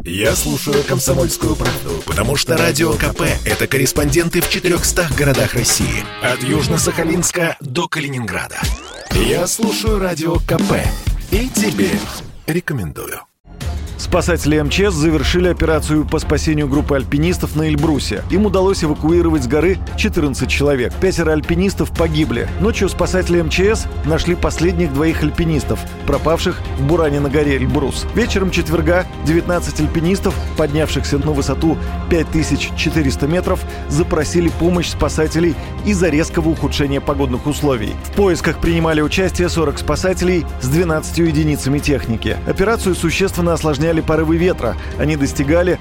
Я слушаю «Комсомольскую правду», потому что Радио КП – это корреспонденты в 400 городах России. От Южно-Сахалинска до Калининграда. Я слушаю Радио КП и тебе рекомендую. Спасатели МЧС завершили операцию по спасению группы альпинистов на Эльбрусе. Им удалось эвакуировать с горы 14 человек. 5 альпинистов погибли. Ночью спасатели МЧС нашли последних 2 альпинистов, пропавших в буране на горе Эльбрус. Вечером четверга 19 альпинистов, поднявшихся на высоту 5400 метров, запросили помощь спасателей из-за резкого ухудшения погодных условий. В поисках принимали участие 40 спасателей с 12 единицами техники. Операцию существенно осложняли порывы ветра. Они достигали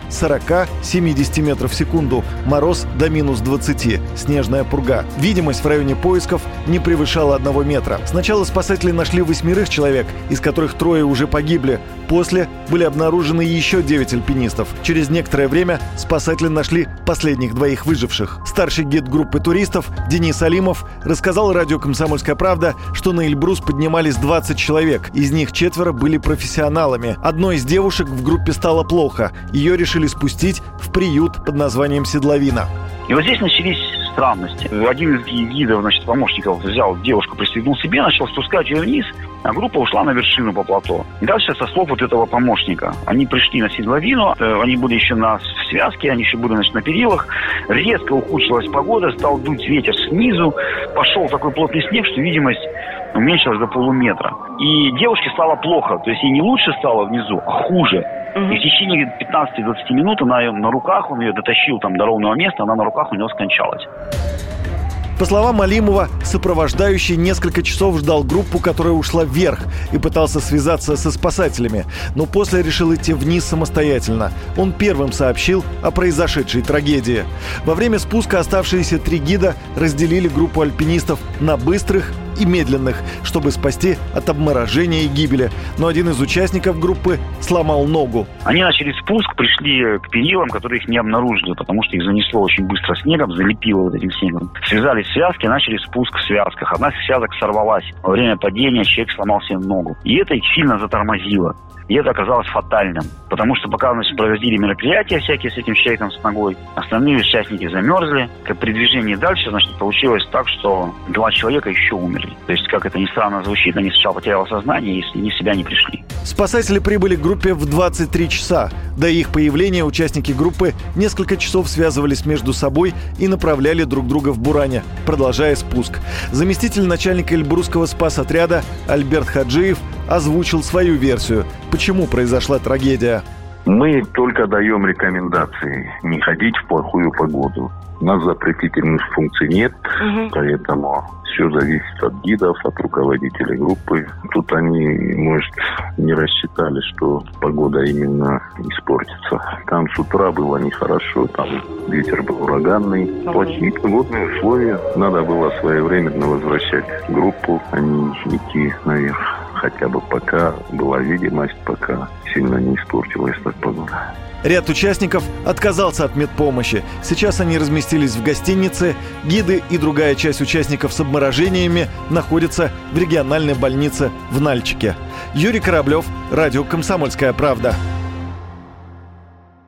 40-70 метров в секунду. Мороз до минус 20. Снежная пурга. Видимость в районе поисков не превышала 1 метра. Сначала спасатели нашли 8 человек, из которых 3 уже погибли. После были обнаружены еще 9 альпинистов. Через некоторое время спасатели нашли последних 2 выживших. Старший гид группы туристов Денис Алимов рассказал радио «Комсомольская правда», что на Эльбрус поднимались 20 человек. Из них 4 были профессионалами. Одной из девушек в группе стало плохо. Ее решили спустить в приют под названием «Седловина». И вот здесь начались странности. Один из гидов, помощников взял девушку, пристегнул себе, начал спускать ее вниз, а группа ушла на вершину по плато. И дальше, со слов вот этого помощника, они пришли на Седловину, они были еще в связке, они еще были, на перилах. Резко ухудшилась погода, стал дуть ветер снизу, пошел такой плотный снег, что видимость уменьшилась до полуметра. И девушке стало плохо, то есть ей не лучше стало внизу, а хуже. И в течение 15-20 минут она на руках, он ее дотащил до ровного места, она на руках у него скончалась. По словам Алимова, сопровождающий несколько часов ждал группу, которая ушла вверх, и пытался связаться со спасателями, но после решил идти вниз самостоятельно. Он первым сообщил о произошедшей трагедии. Во время спуска оставшиеся 3 гида разделили группу альпинистов на быстрых и медленных, чтобы спасти от обморожения и гибели. Но один из участников группы сломал ногу. Они начали спуск, пришли к перилам, которые их не обнаружили, потому что их занесло очень быстро снегом, залепило вот этим снегом. Связались связки, начали спуск в связках. Одна из связок сорвалась. Во время падения человек сломал себе ногу. И это их сильно затормозило. И это оказалось фатальным. Потому что пока проводили мероприятия всякие с этим человеком с ногой, остальные участники замерзли. При движении дальше, получилось так, что 2 человека еще умерли. То есть, как это ни странно звучит, они сначала потеряли сознание, если они в себя не пришли. Спасатели прибыли к группе в 23 часа. До их появления участники группы несколько часов связывались между собой и направляли друг друга в буране, продолжая спуск. Заместитель начальника Эльбрусского спасотряда Альберт Хаджиев озвучил свою версию, почему произошла трагедия. Мы только даем рекомендации не ходить в плохую погоду. У нас запретительных функций нет, поэтому все зависит от гидов, от руководителей группы. Тут они, может, не рассчитали, что погода именно испортится. Там с утра было нехорошо, там ветер был ураганный. Плохие погодные условия. Надо было своевременно возвращать группу, а не идти наверх. Хотя бы пока была видимость, пока сильно не испортилась так погода. Ряд участников отказался от медпомощи. Сейчас они разместились в гостинице. Гиды и другая часть участников с обморожениями находятся в региональной больнице в Нальчике. Юрий Кораблев, радио «Комсомольская правда».